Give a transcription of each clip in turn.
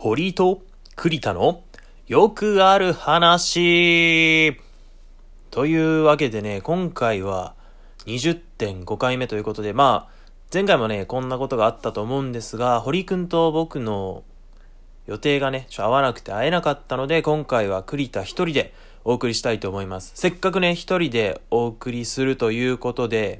堀井と栗田のよくある話というわけでね、今回は 20.5 回目ということで、前回もね、こんなことがあったと思うんですが、堀井くんと僕の予定がね、合わなくて会えなかったので、今回は栗田一人でお送りしたいと思います。せっかくね、一人でお送りするということで、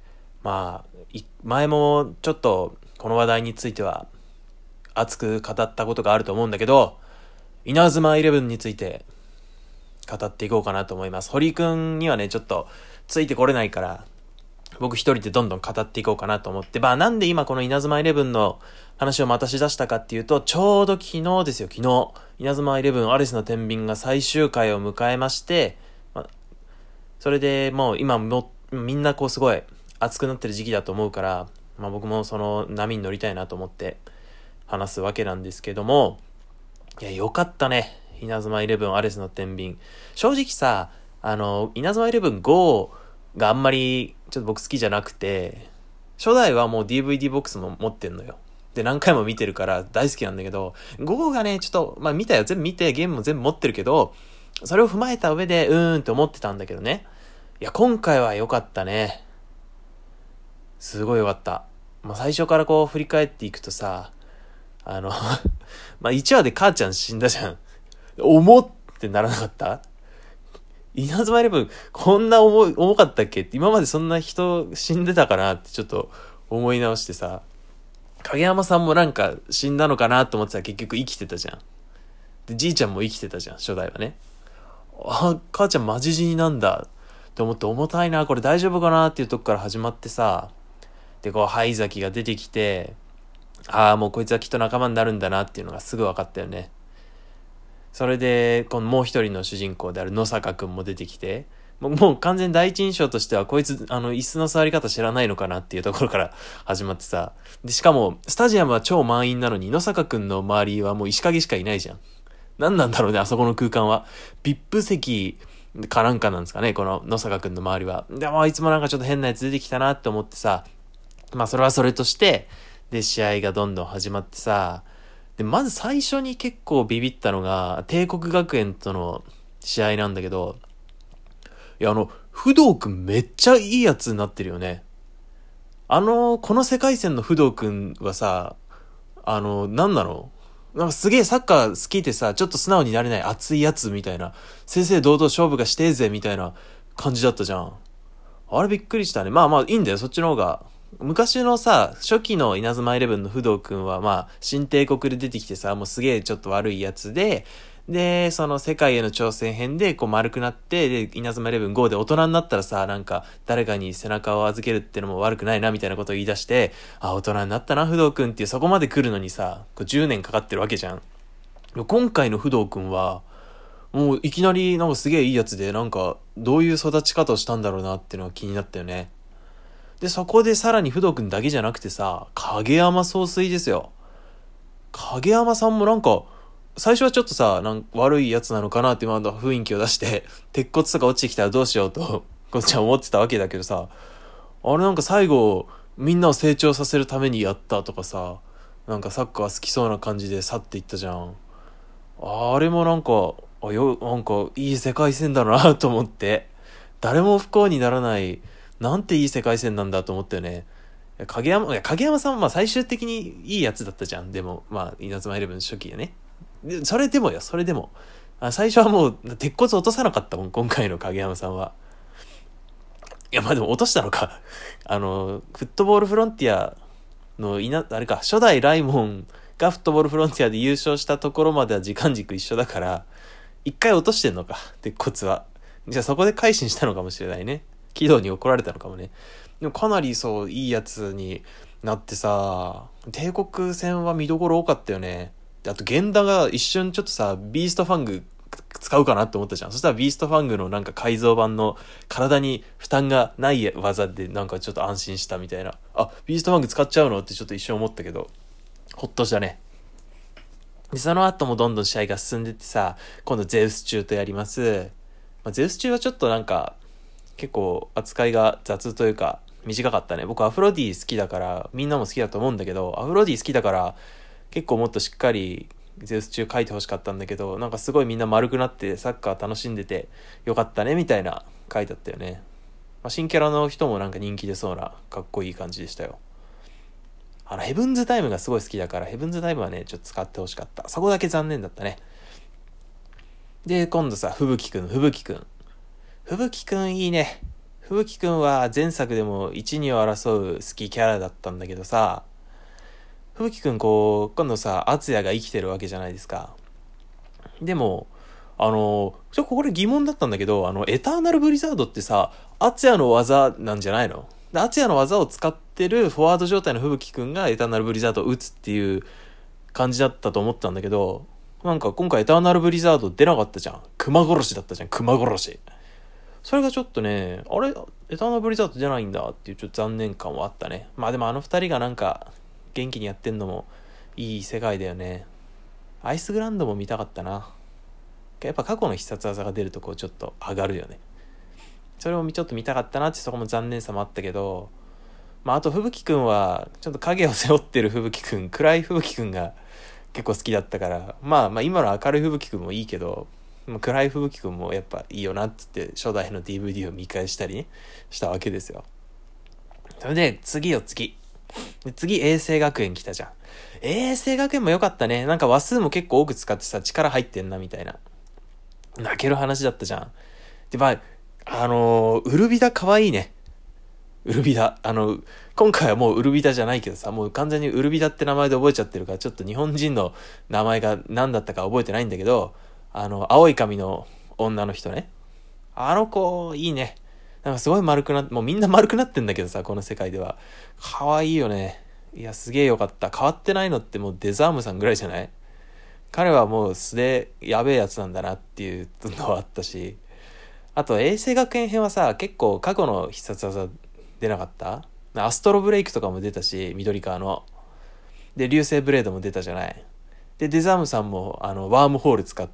前もちょっとこの話題については熱く語ったことがあると思うんだけど、稲妻イレブンについて語っていこうかなと思います。堀井くんにはね、ちょっとついてこれないから、僕一人でどんどん語っていこうかなと思って、なんで今この稲妻イレブンの話をまたしだしたかっていうと、ちょうど昨日ですよ、昨日。稲妻イレブンアリスの天秤が最終回を迎えまして、それでもう今もみんなこうすごい熱くなってる時期だと思うから、僕もその波に乗りたいなと思って話すわけなんですけども、いや、よかったね。稲妻イレブンアリスの天秤。正直さ、稲妻イレブン5があんまりちょっと僕好きじゃなくて、初代はもう DVD ボックスも持ってんのよ。で、何回も見てるから大好きなんだけど、5がね、ちょっと、見たよ。全部見て、ゲームも全部持ってるけど、それを踏まえた上で、って思ってたんだけどね。いや、今回は良かったね。すごい良かった。最初からこう振り返っていくとさ、1話で母ちゃん死んだじゃん。重ってならなかった？稲妻イレブン、こんな重かったっけって、今までそんな人死んでたかなってちょっと思い直してさ、影山さんもなんか死んだのかなと思ってたら結局生きてたじゃん。で、じいちゃんも生きてたじゃん、初代はね。母ちゃんマジ死になんだって思って、重たいな、これ大丈夫かなっていうとこから始まってさ、で、こう、灰崎が出てきて、もうこいつはきっと仲間になるんだなっていうのがすぐ分かったよね。それで、このもう一人の主人公である野坂くんも出てきて、もう完全第一印象としては、こいつ、椅子の座り方知らないのかなっていうところから始まってさ。で、しかも、スタジアムは超満員なのに、野坂くんの周りはもう石影しかいないじゃん。何なんだろうね、あそこの空間は。VIP 席かなんかなんですかね、この野坂くんの周りは。でも、あいつもなんかちょっと変なやつ出てきたなって思ってさ、それはそれとして、で、試合がどんどん始まってさ、で、まず最初に結構ビビったのが、帝国学園との試合なんだけど、いや、不動くんめっちゃいいやつになってるよね。この世界線の不動くんはさ、なんなの？なんかすげえサッカー好きでさ、ちょっと素直になれない熱いやつみたいな、正々堂々勝負がしてえぜみたいな感じだったじゃん。あれびっくりしたね。いいんだよ、そっちの方が。昔のさ、初期の稲妻イレブンの不動くんは新帝国で出てきてさ、もうすげえちょっと悪いやつで、で、その世界への挑戦編でこう丸くなって、で、稲妻イレブン5で大人になったらさ、なんか誰かに背中を預けるってのも悪くないなみたいなことを言い出して、大人になったな、不動くんっていうそこまで来るのにさ、こう10年かかってるわけじゃん。今回の不動くんは、もういきなりなんかすげえいいやつで、なんかどういう育ち方をしたんだろうなっていうのが気になったよね。で、そこでさらに不動くんだけじゃなくてさ、影山総帥ですよ。影山さんもなんか、最初はちょっとさ、悪いやつなのかなって雰囲気を出して、鉄骨とか落ちてきたらどうしようと、こっちは思ってたわけだけどさ、あれなんか最後、みんなを成長させるためにやったとかさ、なんかサッカー好きそうな感じで去っていったじゃん。あれもなんかいい世界線だなと思って、誰も不幸にならない、なんていい世界線なんだと思ったよね。影山さんは最終的にいいやつだったじゃん。でも、稲妻イレブン初期やね。それでも。最初はもう、鉄骨落とさなかったもん、今回の影山さんは。いや、でも落としたのか。フットボールフロンティアのあれか、初代ライモンがフットボールフロンティアで優勝したところまでは時間軸一緒だから、一回落としてんのか、鉄骨は。じゃあそこで改心したのかもしれないね。軌道に怒られたのかもね。でもかなりいいやつになってさ、帝国戦は見どころ多かったよね。で、あと源田が一瞬ちょっとさ、ビーストファング使うかなって思ったじゃん。そしたらビーストファングのなんか改造版の体に負担がない技でなんかちょっと安心したみたいな。ビーストファング使っちゃうのってちょっと一瞬思ったけど、ほっとしたね。で、その後もどんどん試合が進んでってさ、今度ゼウス中とやります。ゼウス中はちょっとなんか、結構扱いが雑というか短かったね。僕アフロディ好きだから、みんなも好きだと思うんだけど、アフロディ好きだから結構もっとしっかりゼウス中書いてほしかったんだけど、なんかすごいみんな丸くなってサッカー楽しんでてよかったねみたいな書いてあったよね。新キャラの人もなんか人気出そうなかっこいい感じでしたよ。ヘブンズタイムがすごい好きだから、ヘブンズタイムはねちょっと使ってほしかった。そこだけ残念だったね。で今度さ、吹雪くんいいね。吹雪くんは前作でも1、2を争う好きキャラだったんだけどさ、吹雪くん今度さ、敦也が生きてるわけじゃないですか。でもこれ疑問だったんだけど、エターナルブリザードってさ、敦也の技なんじゃないの？敦也の技を使ってるフォワード状態の吹雪くんがエターナルブリザードを打つっていう感じだったと思ったんだけど、なんか今回エターナルブリザード出なかったじゃん。熊殺しだったじゃん、熊殺し。それがちょっとね、あれエターナルブリザード出ないんだっていうちょっと残念感はあったね。まあでも二人がなんか元気にやってんのもいい世界だよね。アイスグランドも見たかったな。やっぱ過去の必殺技が出るとちょっと上がるよね。それもちょっと見たかったなって、そこも残念さもあったけど、あと吹雪くんはちょっと影を背負ってる吹雪くん、暗い吹雪くんが結構好きだったから、今の明るい吹雪くんもいいけど、暗い吹雪くんもやっぱいいよなっつって初代の DVD を見返したりねしたわけですよ。それで次衛星学園来たじゃん。衛星学園も良かったね。なんか話数も結構多く使ってさ、力入ってんなみたいな泣ける話だったじゃん。でウルビダ可愛いね。ウルビダ今回はもうウルビダじゃないけどさ、もう完全にウルビダって名前で覚えちゃってるから、ちょっと日本人の名前が何だったか覚えてないんだけど、青い髪の女の人ね。あの子いいね。なんかすごいもうみんな丸くなってんだけどさ、この世界では可愛いよね。いやすげえよかった。変わってないのってもうデザームさんぐらいじゃない？彼はもう素でやべえやつなんだなっていうのはあったし、あと衛星学園編はさ、結構過去の必殺技出なかった？アストロブレイクとかも出たし、緑川ので流星ブレードも出たじゃない。でデザームさんもワームホール使って、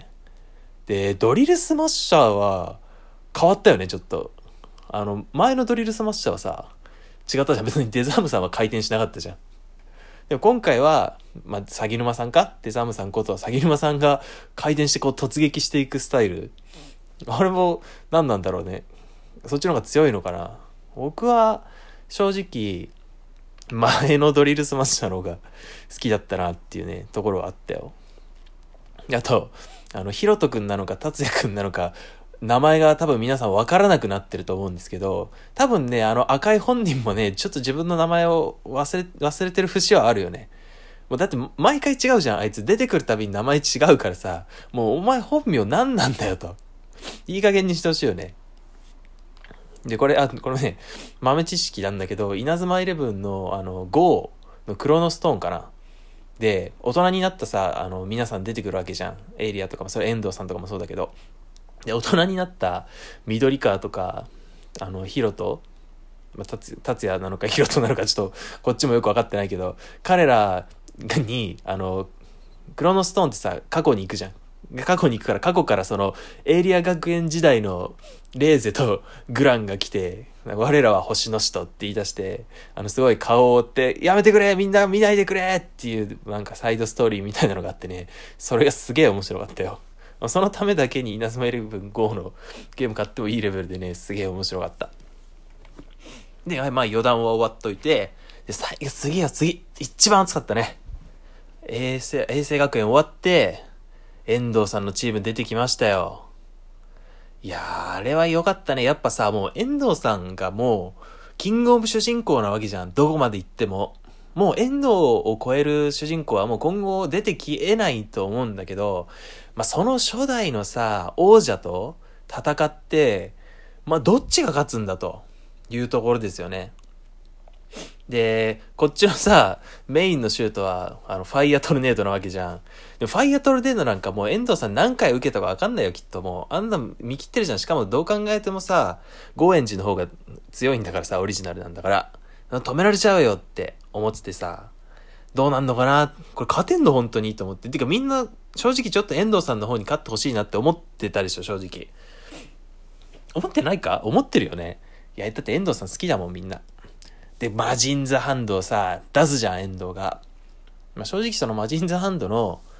でドリルスマッシャーは変わったよね。ちょっと前のドリルスマッシャーはさ違ったじゃん。別にデザームさんは回転しなかったじゃん。でも今回は鷺沼さんか、デザームさんこと鷺沼さんが回転して突撃していくスタイル、あれも何なんだろうね。そっちの方が強いのかな。僕は正直前のドリルスマッシャーの方が好きだったなっていうねところはあったよ。あとヒロトくんなのか達也くんなのか名前が多分皆さん分からなくなってると思うんですけど、多分ね赤い本人もねちょっと自分の名前を忘れてる節はあるよね。もうだって毎回違うじゃん。あいつ出てくるたびに名前違うからさ、もうお前本名何なんだよと、いい加減にしてほしいよね。でこれね豆知識なんだけど、稲妻イレブンのGO のクロノストーンかなで大人になったさ皆さん出てくるわけじゃん。エイリアとかもそれ遠藤さんとかもそうだけど、で大人になった緑川とかヒロト、達也なのかヒロトなのかちょっとこっちもよく分かってないけど、彼らにクロノストーンってさ過去に行くじゃん。過去に行くから、過去からそのエイリア学園時代のレーゼとグランが来て、我らは星の使徒って言い出して、すごい顔を追ってやめてくれみんな見ないでくれっていうなんかサイドストーリーみたいなのがあってね、それがすげえ面白かったよ。そのためだけに稲妻イレブン5のゲーム買ってもいいレベルでね、すげえ面白かった。で余談は終わっといて、で次一番熱かったね。衛星学園終わって遠藤さんのチーム出てきましたよ。いやーあれは良かったね。やっぱさ、もう遠藤さんがもうキングオブ主人公なわけじゃん。どこまで行ってももう遠藤を超える主人公はもう今後出てきえないと思うんだけど、その初代のさ王者と戦ってどっちが勝つんだというところですよね。でこっちのさメインのシュートはファイアトルネードなわけじゃん。でもファイアトルネードなんかもう遠藤さん何回受けたか分かんないよきっと。もうあんな見切ってるじゃん。しかもどう考えてもさゴーエンジの方が強いんだからさ、オリジナルなんだから止められちゃうよって思っててさ、どうなんのかなこれ勝てんの本当にと思って。てかみんな正直ちょっと遠藤さんの方に勝ってほしいなって思ってたでしょ。正直思ってないか？思ってるよね。いやだって遠藤さん好きだもんみんなで。マジンザハンドをさ出すじゃん遠藤が。正直そのマジンザハンドの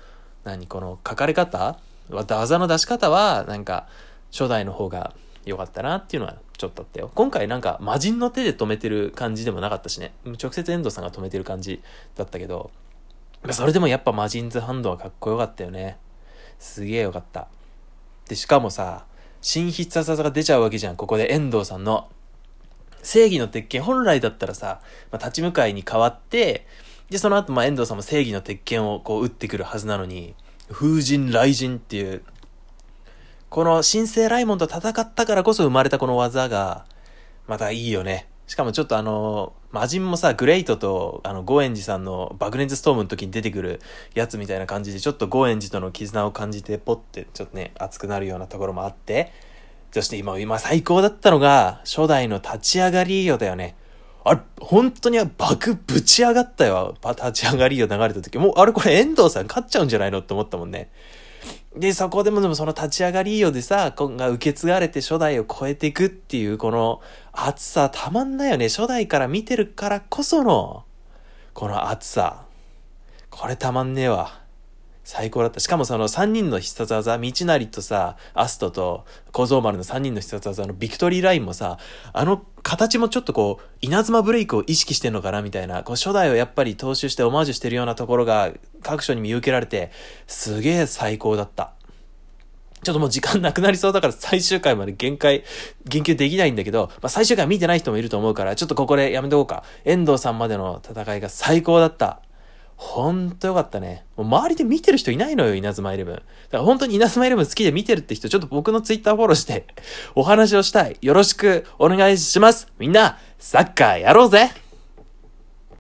この書かれ方、技の出し方は、なんか、初代の方が良かったなっていうのはちょっとあったよ。今回なんか、魔人の手で止めてる感じでもなかったしね。直接遠藤さんが止めてる感じだったけど、それでもやっぱ魔人ズハンドはかっこよかったよね。すげえよかった。で、しかもさ、新必殺技が出ちゃうわけじゃん。ここで遠藤さんの。正義の鉄拳、本来だったらさ、立ち向かいに変わって、で、その後、遠藤さんも正義の鉄拳をこう打ってくるはずなのに、風神雷神っていう、この神聖ライモンと戦ったからこそ生まれたこの技が、またいいよね。しかもちょっと魔人もさ、グレイトと、ゴエンジさんの爆熱ストームの時に出てくるやつみたいな感じで、ちょっとゴエンジとの絆を感じて、ポッて、ちょっとね、熱くなるようなところもあって、そして今最高だったのが、初代の立ち上がりよだよね。あれ、本当に爆ぶち上がったよ。立ち上がりよ流れた時。もう、あれこれ遠藤さん勝っちゃうんじゃないのって思ったもんね。で、そこでもその立ち上がりよでさ、今が受け継がれて初代を超えていくっていう、この熱さたまんないよね。初代から見てるからこその、この熱さ。これたまんねえわ。最高だった。しかもその3人の必殺技、道成とさ、アストと小僧丸の3人の必殺技のビクトリーラインもさ、形もちょっとこう、稲妻ブレイクを意識してんのかなみたいな、こう初代をやっぱり踏襲してオマージュしてるようなところが各所に見受けられて、すげえ最高だった。ちょっともう時間なくなりそうだから最終回まで言及できないんだけど、最終回見てない人もいると思うから、ちょっとここでやめとこうか。遠藤さんまでの戦いが最高だった。ほんとよかったね。もう周りで見てる人いないのよ、稲妻イレブン。だから本当に稲妻イレブン好きで見てるって人、ちょっと僕のツイッターフォローしてお話をしたい。よろしくお願いします。みんな、サッカーやろうぜ。